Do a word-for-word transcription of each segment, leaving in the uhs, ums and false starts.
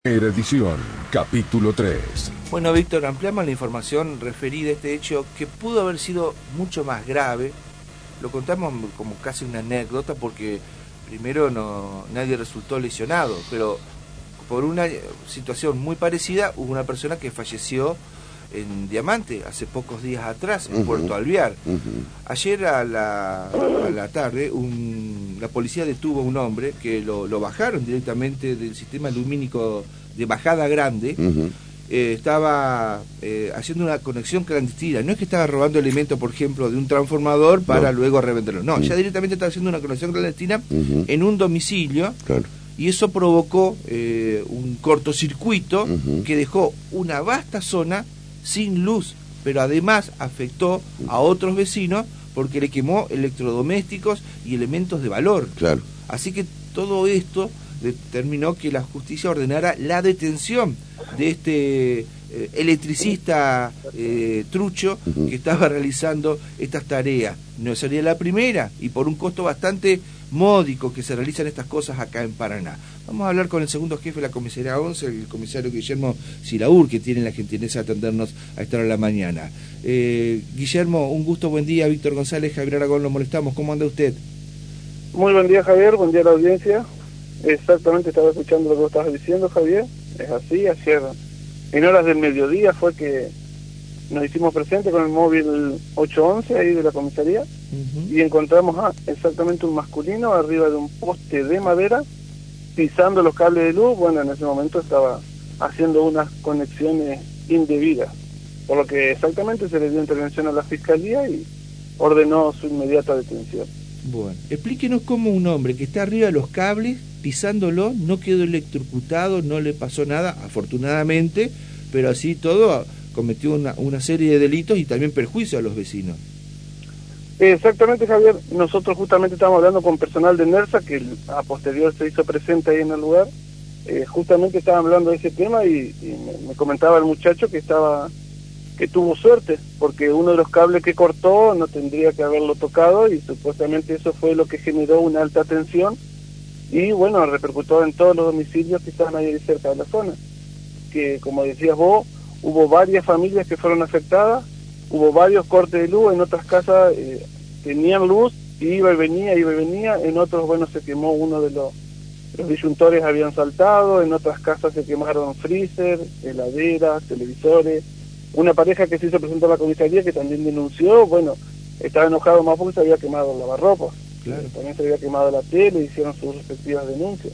Primera edición, capítulo tres. Bueno, Víctor, ampliamos la información referida a este hecho que pudo haber sido mucho más grave. Lo contamos como casi una anécdota porque primero no nadie resultó lesionado, pero por una situación muy parecida hubo una persona que falleció en Diamante hace pocos días atrás, en uh-huh. Puerto Alvear. Uh-huh. Ayer a la, a la tarde un, la policía detuvo a un hombre que lo, lo bajaron directamente del sistema lumínico de Bajada Grande. Uh-huh. eh, estaba eh, haciendo una conexión clandestina. No es que estaba robando elementos, por ejemplo, de un transformador para no. luego revenderlo. No, uh-huh. ya directamente estaba haciendo una conexión clandestina uh-huh. en un domicilio. Claro. Y eso provocó eh, un cortocircuito uh-huh. que dejó una vasta zona sin luz, pero además afectó a otros vecinos porque le quemó electrodomésticos y elementos de valor. Claro. Así que todo esto determinó que la justicia ordenara la detención de este eh, electricista eh, trucho uh-huh. que estaba realizando estas tareas. No sería la primera y por un costo bastante módico que se realizan estas cosas acá en Paraná. Vamos a hablar con el segundo jefe de la comisaría once, el comisario Guillermo Siraúr, que tiene la gentileza de atendernos a esta hora de la mañana. Eh, Guillermo, un gusto, buen día. Víctor González, Javier Aragón, lo molestamos. ¿Cómo anda usted? Muy buen día, Javier. Buen día a la audiencia. Exactamente, estaba escuchando lo que vos estabas diciendo, Javier. Es así, ayer en horas del mediodía fue que nos hicimos presentes con el móvil ocho once ahí de la comisaría uh-huh. y encontramos a exactamente un masculino arriba de un poste de madera pisando los cables de luz. Bueno, en ese momento estaba haciendo unas conexiones indebidas, por lo que exactamente se le dio intervención a la fiscalía y ordenó su inmediata detención. Bueno, explíquenos cómo un hombre que está arriba de los cables pisándolo no quedó electrocutado, no le pasó nada, afortunadamente, pero así todo cometió una, una serie de delitos y también perjuicio a los vecinos. Exactamente, Javier. Nosotros justamente estábamos hablando con personal de NERSA, que a posterior se hizo presente ahí en el lugar. Eh, justamente estaban hablando de ese tema y, y me, me comentaba el muchacho que estaba que tuvo suerte, porque uno de los cables que cortó no tendría que haberlo tocado y supuestamente eso fue lo que generó una alta tensión y bueno, repercutió en todos los domicilios que estaban ahí cerca de la zona. Que como decías vos, hubo varias familias que fueron afectadas, hubo varios cortes de luz, en otras casas eh, tenían luz, y iba y venía, iba y venía, en otros, bueno, se quemó uno de los, los disyuntores, habían saltado, en otras casas se quemaron freezer, heladeras, televisores, una pareja que se hizo presentar a la comisaría que también denunció, bueno, estaba enojado más porque se había quemado el lavarropas, claro. También se había quemado la tele, hicieron sus respectivas denuncias,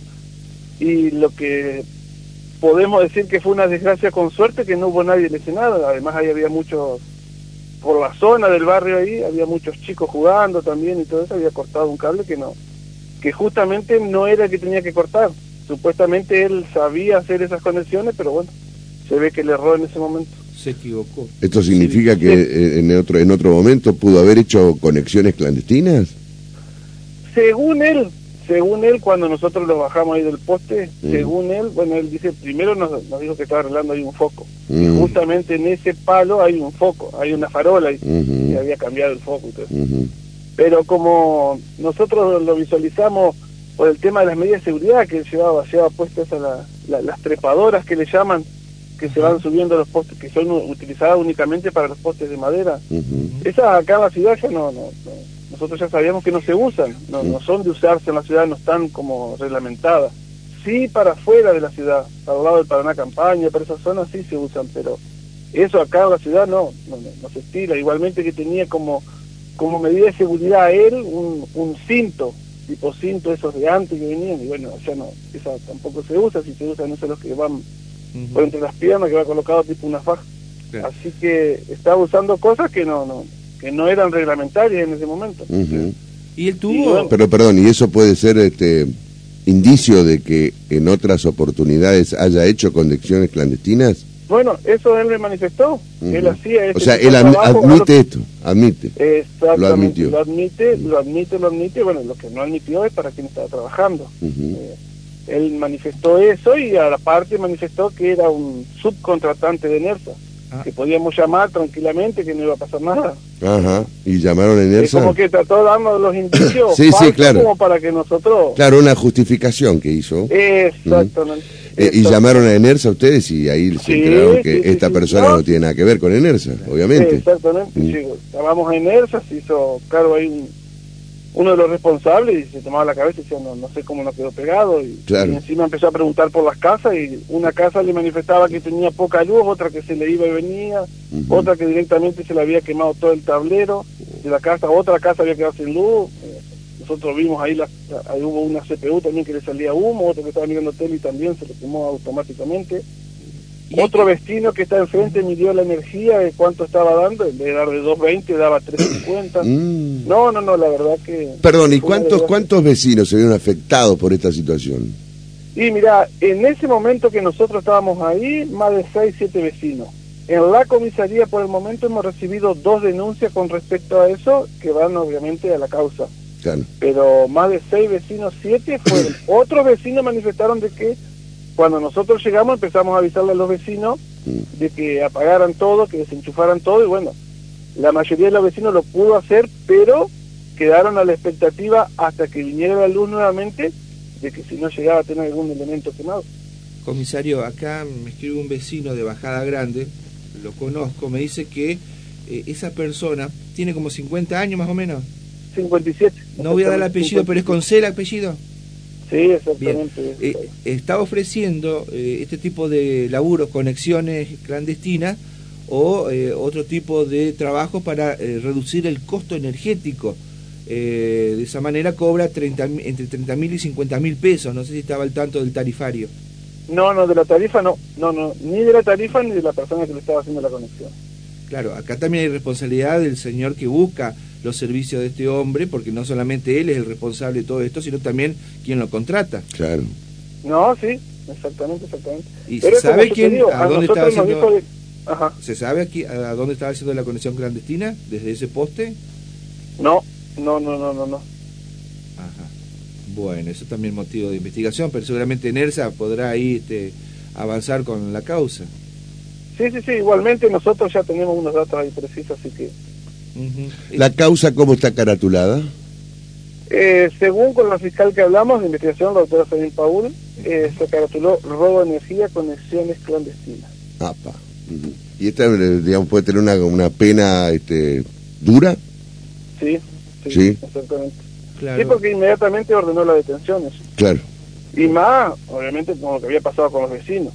y lo que podemos decir que fue una desgracia con suerte que no hubo nadie lesionado. Además ahí había muchos, por la zona del barrio ahí, había muchos chicos jugando también y todo eso, había cortado un cable que no, que justamente no era el que tenía que cortar. Supuestamente él sabía hacer esas conexiones, pero bueno, se ve que le erró en ese momento. Se equivocó. ¿Esto significa sí. que sí. en otro en otro momento pudo haber hecho conexiones clandestinas? Según él, Según él, cuando nosotros lo bajamos ahí del poste, mm. según él, bueno, él dice, primero nos, nos dijo que estaba arreglando ahí un foco. Mm. Y justamente en ese palo hay un foco, hay una farola ahí, mm-hmm. que había cambiado el foco y todo. Mm-hmm. Pero como nosotros lo visualizamos por el tema de las medidas de seguridad que él llevaba, llevaba puestas a la, la, las trepadoras que le llaman, que se van subiendo a los postes, que son utilizadas únicamente para los postes de madera. Mm-hmm. Esas acá en la ciudad ya no... no, no nosotros ya sabíamos que no se usan, no, no son de usarse en la ciudad, no están como reglamentadas. Sí para afuera de la ciudad, para el lado del Paraná Campaña, para esas zonas sí se usan, pero eso acá en la ciudad no, no, no se estila. Igualmente que tenía como como medida de seguridad a él un, un cinto, tipo cinto esos de antes que venían, y bueno, ya no, esa tampoco se usa, si se usan esos los que van uh-huh. por entre las piernas, que va colocado tipo una faja. Sí. Así que estaba usando cosas que no, no que no eran reglamentarias en ese momento. Uh-huh. Y él tuvo... Y bueno, pero perdón, ¿y eso puede ser este indicio de que en otras oportunidades haya hecho conexiones clandestinas? Bueno, eso él me manifestó, uh-huh. él hacía este o sea, él adm- admite lo... esto, admite. Exactamente, lo admitió. Lo admite, lo admite, lo admite, bueno, lo que no admitió es para quien estaba trabajando. Uh-huh. Eh, él manifestó eso y a la parte manifestó que era un subcontratante de NERSA. Ah. Que podíamos llamar tranquilamente, que no iba a pasar nada. Ajá, y llamaron a NERSA. Es como que trató de darnos los indicios sí, sí, claro. como para que nosotros... Claro, una justificación que hizo. Exactamente. ¿Mm? Eh, y llamaron a Enersa ustedes y ahí se Sí, enteraron que sí, esta sí, persona no. no tiene nada que ver con Enersa, obviamente. Exactamente, Mm. sí, llamamos a Enersa, se hizo cargo ahí un- uno de los responsables y se tomaba la cabeza y decía, no, no sé cómo nos quedó pegado. Y, Claro. y encima empezó a preguntar por las casas y una casa le manifestaba que tenía poca luz, otra que se le iba y venía, Ujú. otra que directamente se le había quemado todo el tablero de la casa, otra casa había quedado sin luz. Eh, nosotros vimos ahí, la, ahí hubo una C P U también que le salía humo, otro que estaba mirando tele y también se le quemó automáticamente. Y Otro hay vecino que está enfrente midió la energía de cuánto estaba dando, en vez de dar de dos veinte daba tres cincuenta. Mm. No, no, no, la verdad que... Perdón, ¿y fue una cuántos desgracia. cuántos vecinos se vieron afectados por esta situación? Y mira, en ese momento que nosotros estábamos ahí, más de seis, siete vecinos. En la comisaría por el momento hemos recibido dos denuncias con respecto a eso, que van obviamente a la causa. Claro. Pero más de seis vecinos, siete fueron. Otros vecinos manifestaron de que cuando nosotros llegamos empezamos a avisarle a los vecinos Mm. de que apagaran todo, que desenchufaran todo, y bueno, la mayoría de los vecinos lo pudo hacer, pero quedaron a la expectativa hasta que viniera la luz nuevamente, de que si no llegaba a tener algún elemento quemado. Comisario, acá me escribe un vecino de Bajada Grande, lo conozco, me dice que eh, esa persona tiene como cincuenta años más o menos. cincuenta y siete. No voy a dar el apellido, pero es con C el apellido. Sí, Bien, exactamente. eh, está ofreciendo eh, este tipo de laburos, conexiones clandestinas o eh, otro tipo de trabajo para eh, reducir el costo energético. Eh, de esa manera cobra treinta, entre treinta mil y cincuenta mil pesos. No sé si estaba al tanto del tarifario. No, no, de la tarifa no, no, no, ni de la tarifa ni de la persona que le estaba haciendo la conexión. Claro, acá también hay responsabilidad del señor que busca los servicios de este hombre, porque no solamente él es el responsable de todo esto, sino también quien lo contrata. Claro. No, sí, exactamente, exactamente. ¿Y Pero se sabe como yo te quién, digo, a dónde nosotros estaba nos haciendo- dijo de- Ajá, ¿Se sabe aquí a dónde estaba haciendo la conexión clandestina? ¿Desde ese poste? no, no, no, no, no, no. Ajá. Bueno, eso también es motivo de investigación, pero seguramente NERSA podrá ahí este, avanzar con la causa. Sí, sí, sí, igualmente nosotros ya tenemos unos datos ahí precisos, así que... Ujú. ¿La causa cómo está caratulada? Eh, según con la fiscal que hablamos de investigación, la doctora Sabine Paul, eh, se caratuló robo de energía, conexiones clandestinas. Apa. Ujú. ¿Y esta, eh, digamos, puede tener una, una pena este, dura? Sí, sí, Sí. exactamente. Claro. Sí, porque inmediatamente ordenó las detenciones. Claro. Y más, obviamente, con lo que había pasado con los vecinos.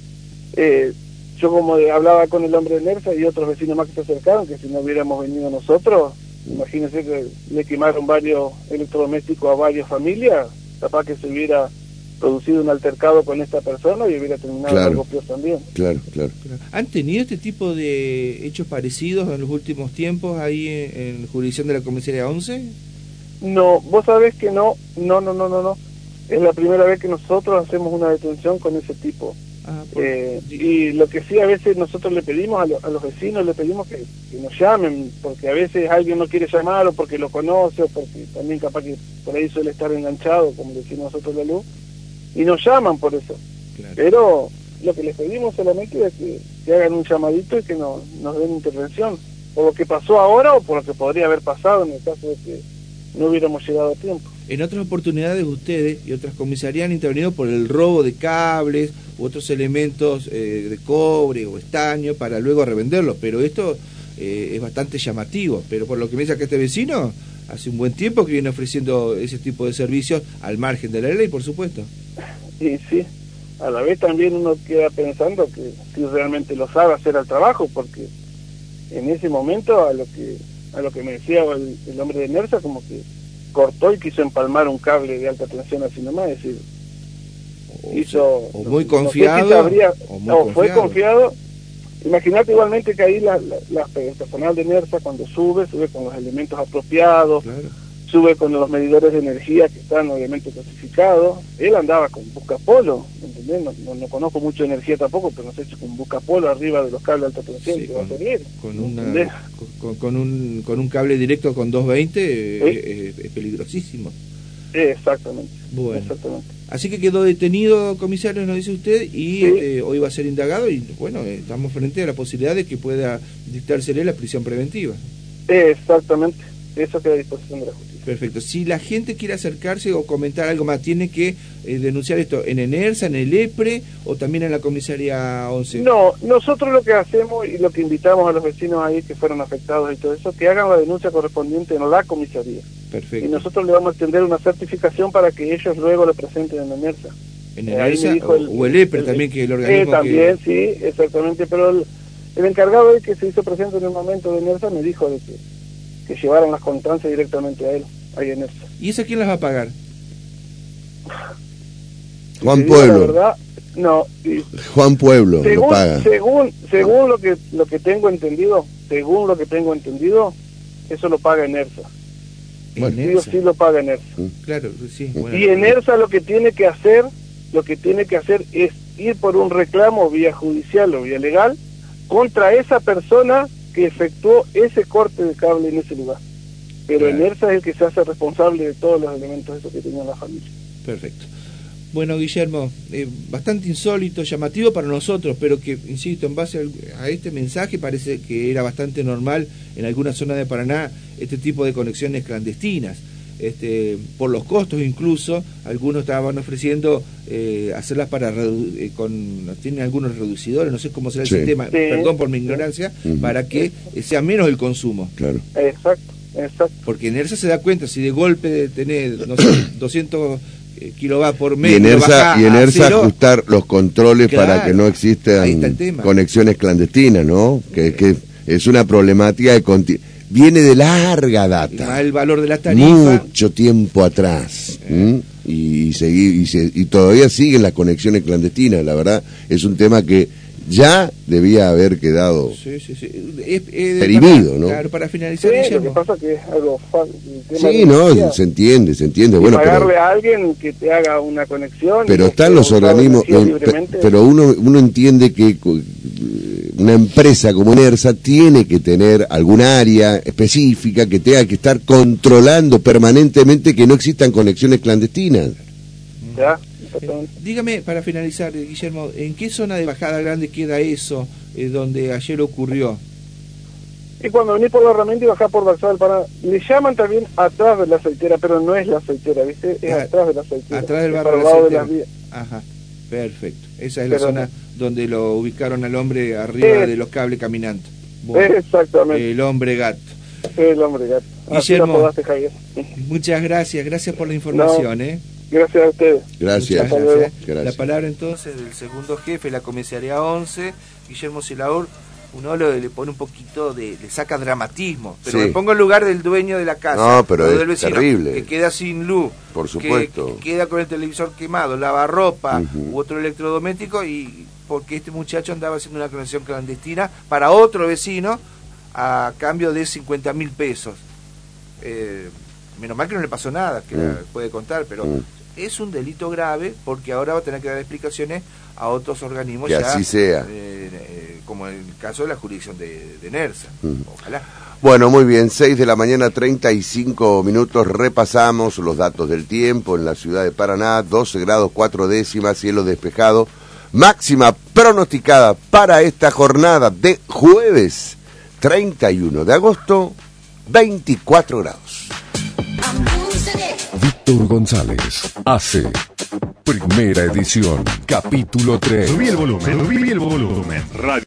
Eh, yo como de- hablaba con el hombre de NERSA y otros vecinos más que se acercaron, que si no hubiéramos venido nosotros, imagínense que le quemaron varios electrodomésticos a varias familias, capaz que se hubiera producido un altercado con esta persona y hubiera terminado Claro. algo peor también. Claro, claro. ¿Han tenido este tipo de hechos parecidos en los últimos tiempos ahí en, en jurisdicción de la comisaría once? No, vos sabés que no, no, no, no, no, no. Es la primera vez que nosotros hacemos una detención con ese tipo. Ah, por- Eh, y lo que sí a veces nosotros le pedimos a, lo- a los vecinos, le pedimos que, que nos llamen, porque a veces alguien no quiere llamar o porque lo conoce o porque también capaz que por ahí suele estar enganchado, como decimos nosotros la luz, y nos llaman por eso. claro. Pero lo que les pedimos solamente es que, que hagan un llamadito y que no, nos den intervención, por lo que pasó ahora o por lo que podría haber pasado en el caso de que no hubiéramos llegado a tiempo. En otras oportunidades ustedes y otras comisarías han intervenido por el robo de cables u otros elementos eh, de cobre o estaño para luego revenderlos, pero esto eh, es bastante llamativo. Pero por lo que me dice acá este vecino, hace un buen tiempo que viene ofreciendo ese tipo de servicios al margen de la ley, por supuesto. Y sí, a la vez también uno queda pensando que si realmente lo sabe hacer al trabajo, porque en ese momento a lo que a lo que me decía el, el hombre de NERSA, como que cortó y quiso empalmar un cable de alta tensión así nomás, es decir, O, hizo... o muy no sé si confiado, sabría- o muy no, fue confiado. confiado. Imagínate igualmente que ahí la, la, la- el personal de NERSA cuando sube, sube con los elementos apropiados, Claro. sube con los medidores de energía que están obviamente clasificados. Él andaba con buscapolo, ¿entendés? No, no, no conozco mucho de energía tampoco, pero no sé si con buscapolo arriba de los cables de alta tensión Sí, que va a con, hacer él. con, ¿entendés? una, con, con un, con un cable directo con doscientos veinte eh, Sí. es, es peligrosísimo. Exactamente. Bueno. Exactamente. Así que quedó detenido, comisario, nos dice usted, y Sí. este, hoy va a ser indagado y bueno, eh, estamos frente a la posibilidad de que pueda dictársele la prisión preventiva. Exactamente. Eso queda a disposición de la justicia. Perfecto. Si la gente quiere acercarse o comentar algo más, ¿tiene que eh, denunciar esto en ENERSA, en el EPRE o también en la comisaría once? No, nosotros lo que hacemos y lo que invitamos a los vecinos ahí que fueron afectados y todo eso, que hagan la denuncia correspondiente en la comisaría. Perfecto. Y nosotros le vamos a extender una certificación para que ellos luego lo presenten en ENERSA. ¿En ENERSA o el, o el EPRE el, también, que el organismo eh, también, que... sí, exactamente, pero el, el encargado ahí que se hizo presente en el momento de ENERSA me dijo de que, que llevaran las constancias directamente a él, ahí en ENERSA. ¿Y esa quién las va a pagar? Juan Pueblo. La verdad, no. Y, Juan Pueblo según, lo paga. Según, según lo que lo que tengo entendido, según lo que tengo entendido, eso lo paga ENERSA. Bueno, sí o sí lo paga ENERSA. Claro, sí. Bueno, y ENERSA lo que tiene que hacer, lo que tiene que hacer es ir por un reclamo vía judicial o vía legal contra esa persona que efectuó ese corte de cable en ese lugar. Pero claro, ENERSA es el que se hace responsable de todos los elementos esos que tenía la familia. Perfecto. Bueno, Guillermo, eh, bastante insólito, llamativo para nosotros, pero que, insisto, en base a, a este mensaje parece que era bastante normal en algunas zonas de Paraná este tipo de conexiones clandestinas. Este, por los costos incluso, algunos estaban ofreciendo eh, hacerlas para redu eh, con tienen algunos reducidores, no sé cómo será el sí. sistema, sí. perdón por mi ignorancia, sí. uh-huh. para que eh, sea menos el consumo. Claro. Exacto, exacto. Porque ENERSA se da cuenta, si de golpe de tener, no sé, doscientos kilovatios por metro, y ENERSA, y ENERSA ajustar los controles claro, para que no existan conexiones clandestinas, ¿no? Que, que es una problemática de continu viene de larga data. El valor de la tarifa. Mucho tiempo atrás. Eh. Y, y, seguir, y, se, y todavía siguen las conexiones clandestinas. La verdad, es un tema que ya debía haber quedado sí, sí, sí. Es, es perimido, para, ¿no? Claro, para finalizar. Sí, lo que pasa que es algo fácil. Sí, no, se entiende, se entiende. Y bueno, pagarle pero, a alguien que te haga una conexión. Pero están los organismos, eh, pero uno, uno entiende que una empresa como ENERSA tiene que tener alguna área específica que tenga que estar controlando permanentemente que no existan conexiones clandestinas. Ya. Eh, dígame, para finalizar, Guillermo, ¿en qué zona de Bajada Grande queda eso eh, donde ayer ocurrió? Y cuando venís por la herramienta y bajás por Balsada del Paraná, le llaman también atrás de la aceitera, pero no es la aceitera, ¿viste? Es ah, atrás de la aceitera. Atrás del barrio de la aceitera. De Ajá, perfecto. Esa es pero, la zona donde lo ubicaron al hombre arriba eh, de los cables caminando. Bueno, exactamente. El hombre gato. El hombre gato. Guillermo, apodaste, Javier. Muchas gracias, gracias por la información, no. ¿eh? Gracias a ustedes. Gracias. Gracias. Gracias. La palabra entonces del segundo jefe de la comisaría once, Guillermo Silaur. Uno le, le pone un poquito de, le saca dramatismo, pero sí. me pongo en lugar del dueño de la casa, no, pero es del vecino, terrible. Que queda sin luz, por supuesto, que, que queda con el televisor quemado, lavarropa uh-huh. u otro electrodoméstico, y porque este muchacho andaba haciendo una conexión clandestina para otro vecino a cambio de cincuenta mil pesos. Eh, menos mal que no le pasó nada, que uh-huh. puede contar, pero uh-huh. es un delito grave porque ahora va a tener que dar explicaciones a otros organismos que ya, así sea. Eh, eh, como en el caso de la jurisdicción de, de ENERSA. Mm. Ojalá. Bueno, muy bien, seis de la mañana, treinta y cinco minutos, repasamos los datos del tiempo en la ciudad de Paraná, doce grados cuatro décimas, cielo despejado, máxima pronosticada para esta jornada de jueves treinta y uno de agosto, veinticuatro grados. Víctor González hace Primera Edición, capítulo tres. Subí el volumen, subí el volumen. Radio.